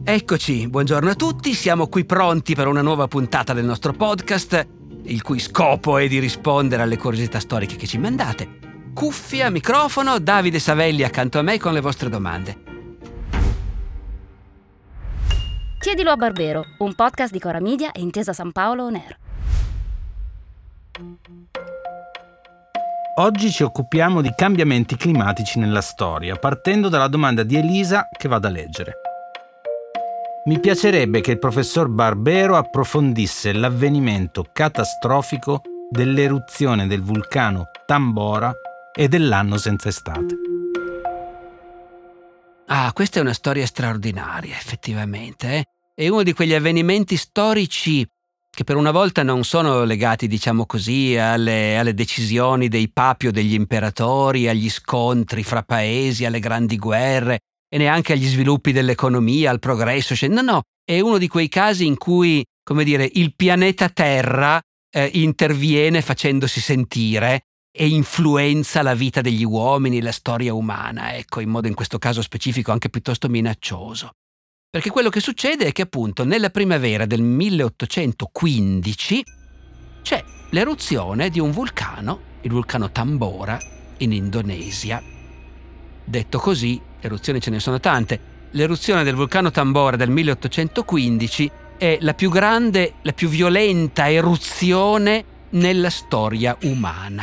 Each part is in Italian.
Eccoci, buongiorno a tutti, siamo qui pronti per una nuova puntata del nostro podcast, il cui scopo è di rispondere alle curiosità storiche che ci mandate. Cuffia, microfono, Davide Savelli accanto a me con le vostre domande. Chiedilo a Barbero, un podcast di Cora Media e Intesa San Paolo On Air. Oggi ci occupiamo di cambiamenti climatici nella storia, partendo dalla domanda di Elisa che vado a leggere. Mi piacerebbe che il professor Barbero approfondisse l'avvenimento catastrofico dell'eruzione del vulcano Tambora e dell'anno senza estate. Questa è una storia straordinaria, effettivamente. È uno di quegli avvenimenti storici che per una volta non sono legati, diciamo così, alle decisioni dei papi o degli imperatori, agli scontri fra paesi, alle grandi guerre e neanche agli sviluppi dell'economia, al progresso. No, è uno di quei casi in cui, come dire, il pianeta Terra interviene facendosi sentire e influenza la vita degli uomini, la storia umana, ecco, in modo in questo caso specifico anche piuttosto minaccioso. Perché quello che succede è che appunto nella primavera del 1815 c'è l'eruzione di un vulcano, il vulcano Tambora, in Indonesia. Detto così, eruzioni ce ne sono tante. L'eruzione del vulcano Tambora del 1815 è la più grande, la più violenta eruzione nella storia umana.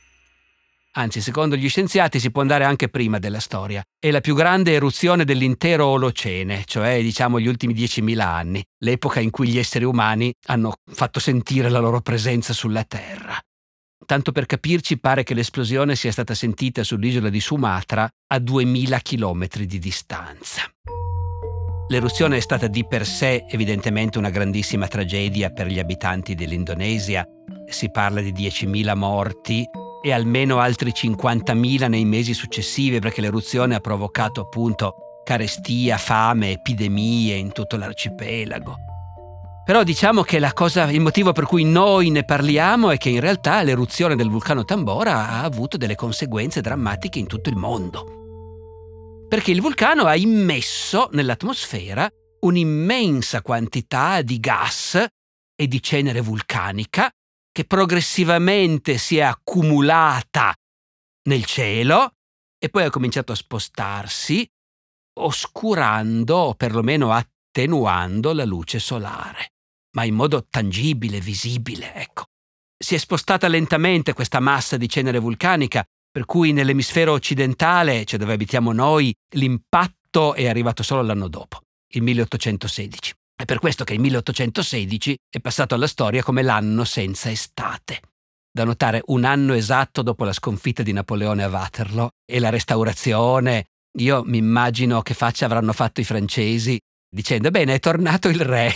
Anzi, secondo gli scienziati si può andare anche prima della storia. È la più grande eruzione dell'intero Olocene, cioè diciamo gli ultimi 10.000 anni, l'epoca in cui gli esseri umani hanno fatto sentire la loro presenza sulla Terra. Tanto per capirci, pare che l'esplosione sia stata sentita sull'isola di Sumatra a 2000 chilometri di distanza. L'eruzione è stata di per sé evidentemente una grandissima tragedia per gli abitanti dell'Indonesia. Si parla di 10.000 morti e almeno altri 50.000 nei mesi successivi, perché l'eruzione ha provocato appunto carestia, fame, epidemie in tutto l'arcipelago. Però diciamo che il motivo per cui noi ne parliamo è che in realtà l'eruzione del vulcano Tambora ha avuto delle conseguenze drammatiche in tutto il mondo. Perché il vulcano ha immesso nell'atmosfera un'immensa quantità di gas e di cenere vulcanica che progressivamente si è accumulata nel cielo e poi ha cominciato a spostarsi, oscurando o perlomeno attenuando la luce solare, ma in modo tangibile, visibile, ecco. Si è spostata lentamente questa massa di cenere vulcanica, per cui nell'emisfero occidentale, cioè dove abitiamo noi, l'impatto è arrivato solo l'anno dopo, il 1816. È per questo che il 1816 è passato alla storia come l'anno senza estate. Da notare, un anno esatto dopo la sconfitta di Napoleone a Waterloo e la restaurazione. Io mi immagino che faccia avranno fatto i francesi dicendo: bene, è tornato il re.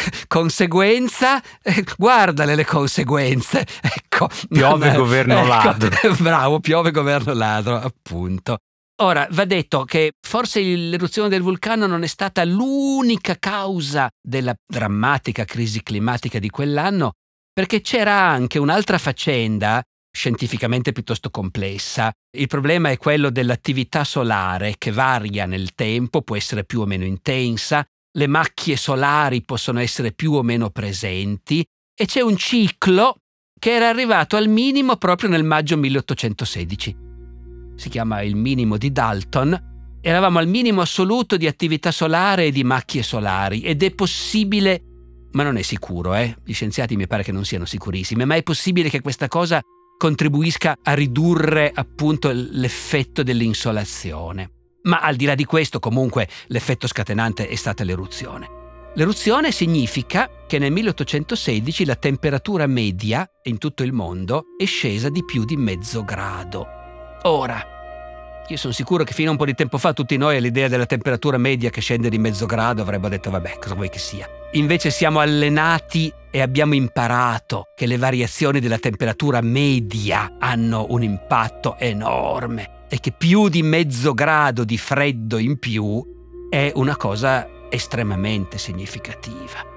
Conseguenza? Guardale le conseguenze. Ecco. Piove governo ladro. Bravo, piove governo ladro, appunto. Ora, va detto che forse l'eruzione del vulcano non è stata l'unica causa della drammatica crisi climatica di quell'anno, perché c'era anche un'altra faccenda scientificamente piuttosto complessa. Il problema è quello dell'attività solare che varia nel tempo, può essere più o meno intensa, le macchie solari possono essere più o meno presenti e c'è un ciclo che era arrivato al minimo proprio nel maggio 1816. Si chiama il minimo di Dalton. Eravamo al minimo assoluto di attività solare e di macchie solari ed è possibile, ma non è sicuro, gli scienziati mi pare che non siano sicurissimi, ma è possibile che questa cosa contribuisca a ridurre appunto l'effetto dell'insolazione. Ma al di là di questo, comunque, l'effetto scatenante è stata l'eruzione. L'eruzione significa che nel 1816 la temperatura media in tutto il mondo è scesa di più di mezzo grado. Ora, io sono sicuro che fino a un po' di tempo fa tutti noi all'idea della temperatura media che scende di mezzo grado avremmo detto vabbè, cosa vuoi che sia. Invece siamo allenati e abbiamo imparato che le variazioni della temperatura media hanno un impatto enorme e che più di mezzo grado di freddo in più è una cosa estremamente significativa.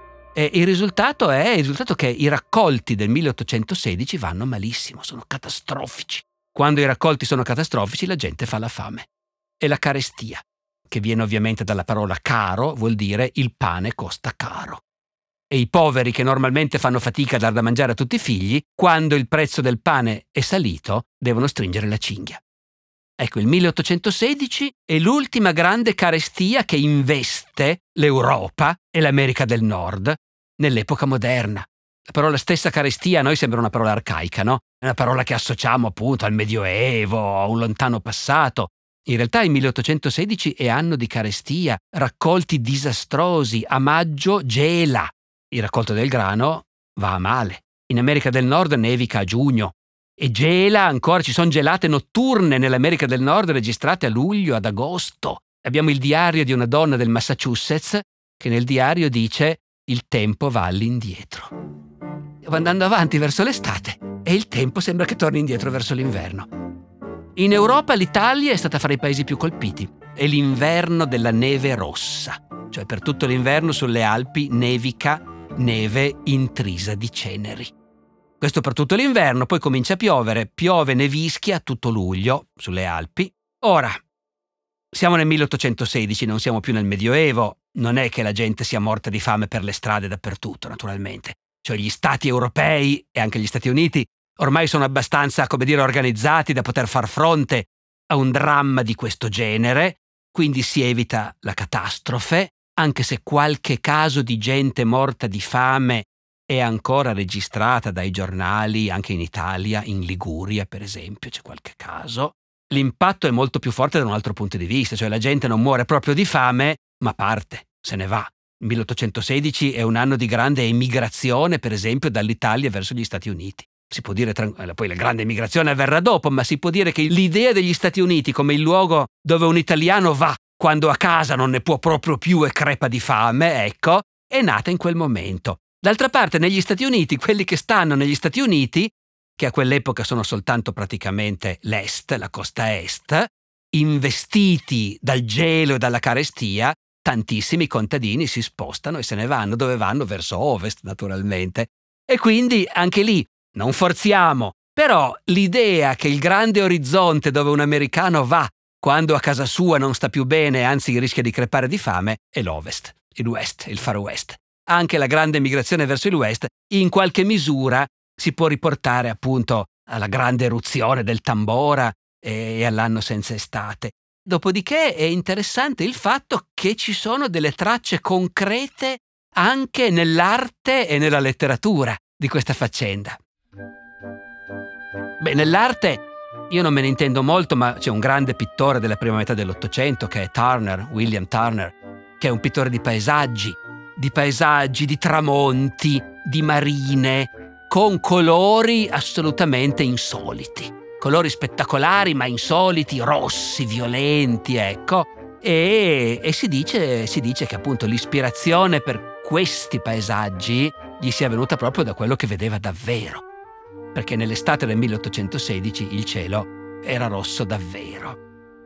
E il risultato che i raccolti del 1816 vanno malissimo, sono catastrofici. Quando i raccolti sono catastrofici la gente fa la fame e la carestia. che viene ovviamente dalla parola caro, vuol dire il pane costa caro. E i poveri, che normalmente fanno fatica a dar da mangiare a tutti i figli, quando il prezzo del pane è salito, devono stringere la cinghia. Ecco, il 1816 è l'ultima grande carestia che investe l'Europa e l'America del Nord nell'epoca moderna. La parola stessa carestia a noi sembra una parola arcaica, no? È una parola che associamo appunto al Medioevo, a un lontano passato. In realtà il 1816 è anno di carestia, raccolti disastrosi, a maggio gela. Il raccolto del grano va a male. In America del Nord nevica a giugno e gela ancora, ci sono gelate notturne nell'America del Nord registrate a luglio, ad agosto. Abbiamo il diario di una donna del Massachusetts che nel diario dice: il tempo va all'indietro. Va andando avanti verso l'estate e il tempo sembra che torni indietro verso l'inverno. In Europa l'Italia è stata fra i paesi più colpiti. È l'inverno della neve rossa, cioè per tutto l'inverno sulle Alpi nevica neve intrisa di ceneri. Questo per tutto l'inverno, poi comincia a piovere, piove, nevischia tutto luglio sulle Alpi. Ora, siamo nel 1816, non siamo più nel Medioevo, non è che la gente sia morta di fame per le strade dappertutto, naturalmente. Cioè gli stati europei e anche gli Stati Uniti ormai sono abbastanza, organizzati da poter far fronte a un dramma di questo genere, quindi si evita la catastrofe, anche se qualche caso di gente morta di fame è ancora registrata dai giornali, anche in Italia, in Liguria per esempio, c'è qualche caso. L'impatto è molto più forte da un altro punto di vista, cioè la gente non muore proprio di fame, ma parte, se ne va. Il 1816 è un anno di grande emigrazione, per esempio, dall'Italia verso gli Stati Uniti. Si può dire, poi la grande emigrazione avverrà dopo, ma si può dire che l'idea degli Stati Uniti come il luogo dove un italiano va quando a casa non ne può proprio più e crepa di fame, ecco, è nata in quel momento. D'altra parte, negli Stati Uniti, quelli che stanno negli Stati Uniti, che a quell'epoca sono soltanto praticamente l'est, la costa est, investiti dal gelo e dalla carestia, tantissimi contadini si spostano e se ne vanno. Dove vanno? Verso ovest, naturalmente. E quindi anche lì non forziamo, però l'idea che il grande orizzonte dove un americano va quando a casa sua non sta più bene, anzi rischia di crepare di fame, è l'ovest, il west, il far west. Anche la grande migrazione verso il west in qualche misura si può riportare appunto alla grande eruzione del Tambora e all'anno senza estate. Dopodiché è interessante il fatto che ci sono delle tracce concrete anche nell'arte e nella letteratura di questa faccenda. Beh, nell'arte io non me ne intendo molto, ma c'è un grande pittore della prima metà dell'Ottocento che è Turner, William Turner, che è un pittore di paesaggi, di tramonti, di marine, con colori assolutamente insoliti. Colori spettacolari ma insoliti, rossi, violenti, ecco. E si dice che appunto l'ispirazione per questi paesaggi gli sia venuta proprio da quello che vedeva davvero. Perché nell'estate del 1816 il cielo era rosso davvero.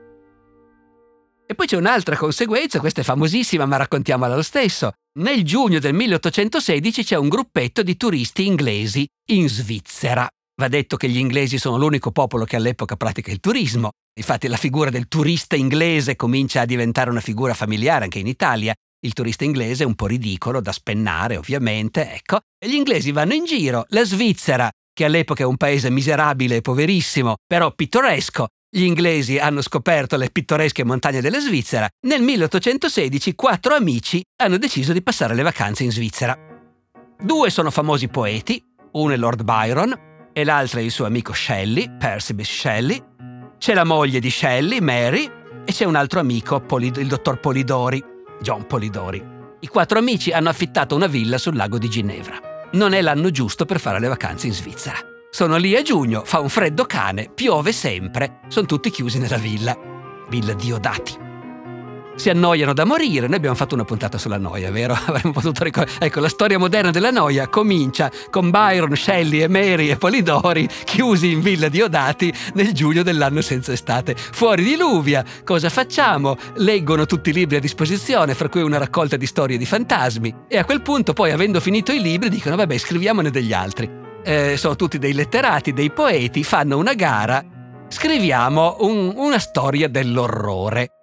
E poi c'è un'altra conseguenza, questa è famosissima ma raccontiamola lo stesso. Nel giugno del 1816 c'è un gruppetto di turisti inglesi in Svizzera. Va detto che gli inglesi sono l'unico popolo che all'epoca pratica il turismo. Infatti la figura del turista inglese comincia a diventare una figura familiare anche in Italia. Il turista inglese è un po' ridicolo, da spennare ovviamente, ecco. E gli inglesi vanno in giro, la Svizzera, che all'epoca è un paese miserabile e poverissimo, però pittoresco. Gli inglesi hanno scoperto le pittoresche montagne della Svizzera. Nel 1816 4 amici hanno deciso di passare le vacanze in Svizzera. 2 sono famosi poeti, uno è Lord Byron e l'altro è il suo amico Shelley, Percy Bysshe Shelley. C'è la moglie di Shelley, Mary, e c'è un altro amico, il dottor Polidori, John Polidori. I 4 amici hanno affittato una villa sul lago di Ginevra. Non è l'anno giusto per fare le vacanze in Svizzera. Sono lì a giugno, fa un freddo cane, piove sempre, sono tutti chiusi nella villa Diodati. Si annoiano da morire, noi abbiamo fatto una puntata sulla noia, vero? Avremmo potuto ricordare. Ecco, la storia moderna della noia comincia con Byron, Shelley e Mary e Polidori chiusi in villa Diodati nel giugno dell'anno senza estate. Fuori diluvia, cosa facciamo? Leggono tutti i libri a disposizione, fra cui una raccolta di storie di fantasmi, e a quel punto poi, avendo finito i libri, dicono vabbè, scriviamone degli altri. Sono tutti dei letterati, dei poeti, fanno una gara, scriviamo una storia dell'orrore.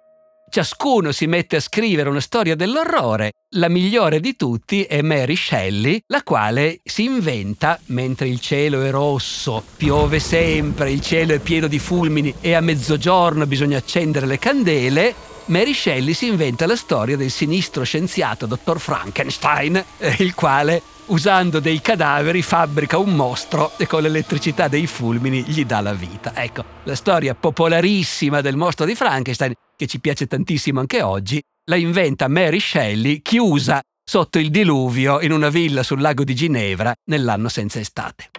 ciascuno si mette a scrivere una storia dell'orrore. La migliore di tutti è Mary Shelley, la quale si inventa, mentre il cielo è rosso, piove sempre, il cielo è pieno di fulmini e a mezzogiorno bisogna accendere le candele, Mary Shelley si inventa la storia del sinistro scienziato dottor Frankenstein, il quale, usando dei cadaveri, fabbrica un mostro e con l'elettricità dei fulmini gli dà la vita. Ecco, la storia popolarissima del mostro di Frankenstein, che ci piace tantissimo anche oggi, la inventa Mary Shelley, chiusa sotto il diluvio in una villa sul lago di Ginevra nell'anno senza estate.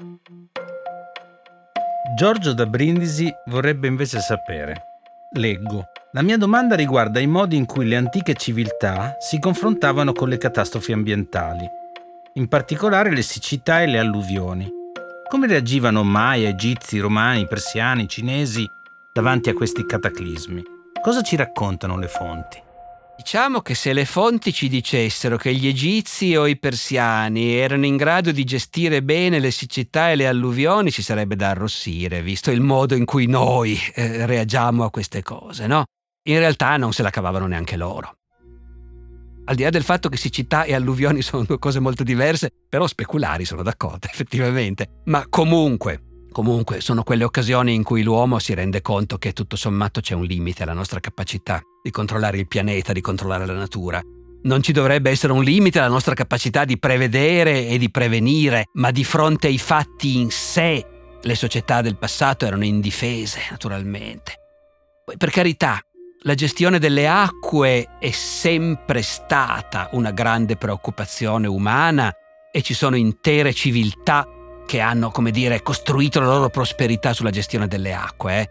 Giorgio da Brindisi vorrebbe invece sapere. Leggo. La mia domanda riguarda i modi in cui le antiche civiltà si confrontavano con le catastrofi ambientali, in particolare le siccità e le alluvioni. Come reagivano Maya, egizi, romani, persiani, cinesi davanti a questi cataclismi? Cosa ci raccontano le fonti? Diciamo che se le fonti ci dicessero che gli egizi o i persiani erano in grado di gestire bene le siccità e le alluvioni, ci sarebbe da arrossire, visto il modo in cui noi reagiamo a queste cose, no? In realtà non se la cavavano neanche loro. Al di là del fatto che siccità e alluvioni sono due cose molto diverse, però speculari sono d'accordo, effettivamente. Ma comunque sono quelle occasioni in cui l'uomo si rende conto che tutto sommato c'è un limite alla nostra capacità di controllare il pianeta, di controllare la natura. Non ci dovrebbe essere un limite alla nostra capacità di prevedere e di prevenire, ma di fronte ai fatti in sé, le società del passato erano indifese, naturalmente. Poi, per carità, la gestione delle acque è sempre stata una grande preoccupazione umana e ci sono intere civiltà che hanno, costruito la loro prosperità sulla gestione delle acque.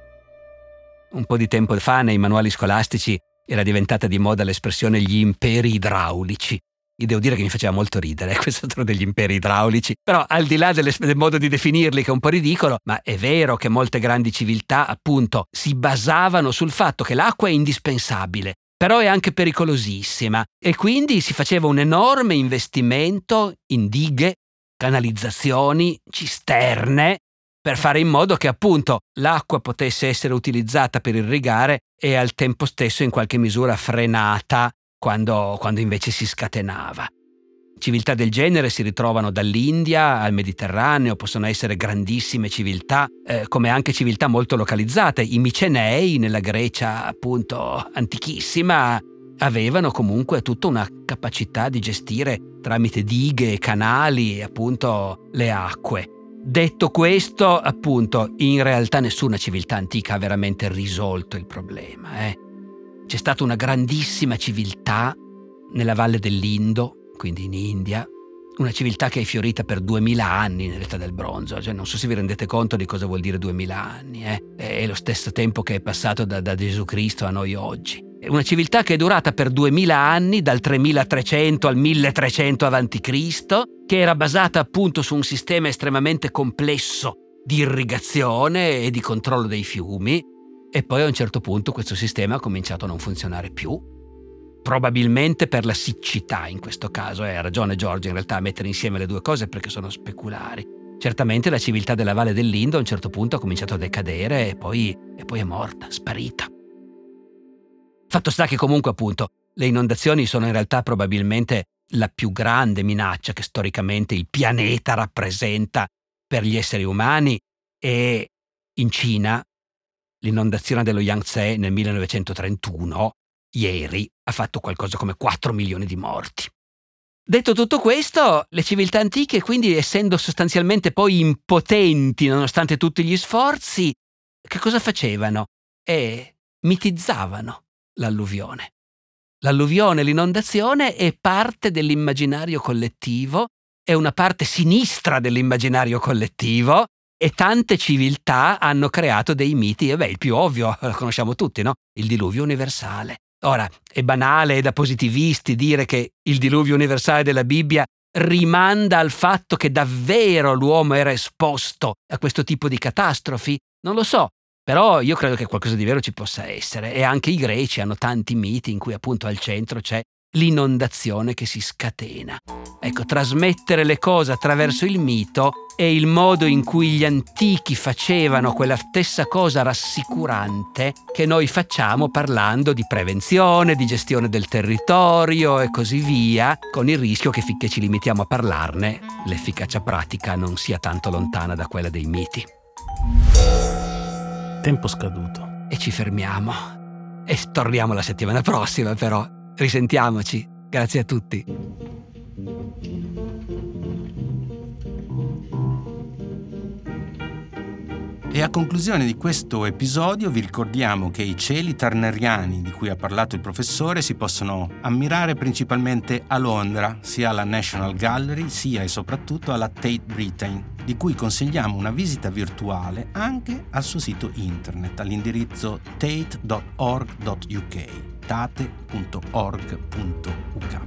Un po' di tempo fa nei manuali scolastici era diventata di moda l'espressione gli imperi idraulici. Io devo dire che mi faceva molto ridere questo degli imperi idraulici, però al di là del modo di definirli che è un po' ridicolo, ma è vero che molte grandi civiltà appunto si basavano sul fatto che l'acqua è indispensabile, però è anche pericolosissima e quindi si faceva un enorme investimento in dighe, canalizzazioni, cisterne, per fare in modo che appunto l'acqua potesse essere utilizzata per irrigare e al tempo stesso in qualche misura frenata quando invece si scatenava. Civiltà del genere si ritrovano dall'India al Mediterraneo, possono essere grandissime civiltà, come anche civiltà molto localizzate. I Micenei, nella Grecia appunto antichissima, avevano comunque tutta una capacità di gestire tramite dighe e canali appunto le acque. Detto questo, appunto, in realtà nessuna civiltà antica ha veramente risolto il problema. C'è stata una grandissima civiltà nella valle dell'Indo, quindi in India, una civiltà che è fiorita per 2000 anni nell'età del bronzo. Cioè, non so se vi rendete conto di cosa vuol dire 2000 anni. È lo stesso tempo che è passato da Gesù Cristo a noi oggi. È una civiltà che è durata per 2000 anni, dal 3300 al 1300 a.C., che era basata appunto su un sistema estremamente complesso di irrigazione e di controllo dei fiumi, e poi a un certo punto questo sistema ha cominciato a non funzionare più, probabilmente per la siccità in questo caso. Ha ragione Giorgio in realtà a mettere insieme le due cose perché sono speculari. Certamente la civiltà della Valle dell'Indo a un certo punto ha cominciato a decadere e poi è morta, sparita. Fatto sta che comunque appunto le inondazioni sono in realtà probabilmente la più grande minaccia che storicamente il pianeta rappresenta per gli esseri umani, e in Cina l'inondazione dello Yangtze nel 1931, ieri, ha fatto qualcosa come 4 milioni di morti. Detto tutto questo, le civiltà antiche, quindi essendo sostanzialmente poi impotenti nonostante tutti gli sforzi, che cosa facevano? Mitizzavano l'alluvione. L'alluvione, l'inondazione è parte dell'immaginario collettivo, è una parte sinistra dell'immaginario collettivo, e tante civiltà hanno creato dei miti. Il più ovvio, lo conosciamo tutti, no? Il diluvio universale. Ora, è banale e da positivisti dire che il diluvio universale della Bibbia rimanda al fatto che davvero l'uomo era esposto a questo tipo di catastrofi? Non lo so. Però io credo che qualcosa di vero ci possa essere, e anche i greci hanno tanti miti in cui appunto al centro c'è l'inondazione che si scatena. Ecco, trasmettere le cose attraverso il mito è il modo in cui gli antichi facevano quella stessa cosa rassicurante che noi facciamo parlando di prevenzione, di gestione del territorio e così via, con il rischio che finché ci limitiamo a parlarne, l'efficacia pratica non sia tanto lontana da quella dei miti. Tempo scaduto. E ci fermiamo. E torniamo la settimana prossima, però. Risentiamoci. Grazie a tutti. E a conclusione di questo episodio vi ricordiamo che i cieli turneriani di cui ha parlato il professore si possono ammirare principalmente a Londra, sia alla National Gallery sia e soprattutto alla Tate Britain, di cui consigliamo una visita virtuale anche al suo sito internet all'indirizzo tate.org.uk, tate.org.uk.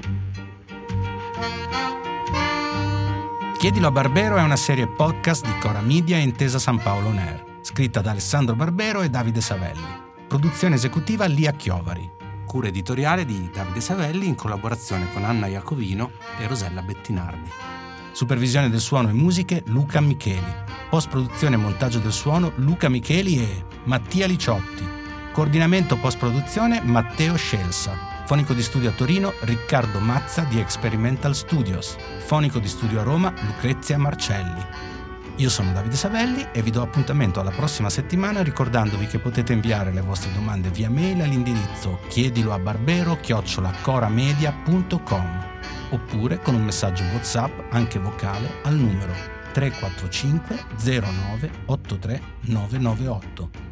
Chiedilo a Barbero è una serie podcast di Cora Media e Intesa San Paolo On Air, scritta da Alessandro Barbero e Davide Savelli. Produzione esecutiva Lia Chiovari. Cura editoriale di Davide Savelli in collaborazione con Anna Iacovino e Rosella Bettinardi. Supervisione del suono e musiche Luca Micheli. Post-produzione e montaggio del suono Luca Micheli e Mattia Liciotti. Coordinamento post-produzione Matteo Scelsa. Fonico di studio a Torino Riccardo Mazza di Experimental Studios. Fonico di studio a Roma Lucrezia Marcelli. Io sono Davide Savelli e vi do appuntamento alla prossima settimana ricordandovi che potete inviare le vostre domande via mail all'indirizzo chiediloabarbero@coramedia.com oppure con un messaggio WhatsApp anche vocale al numero 345 09 83 998.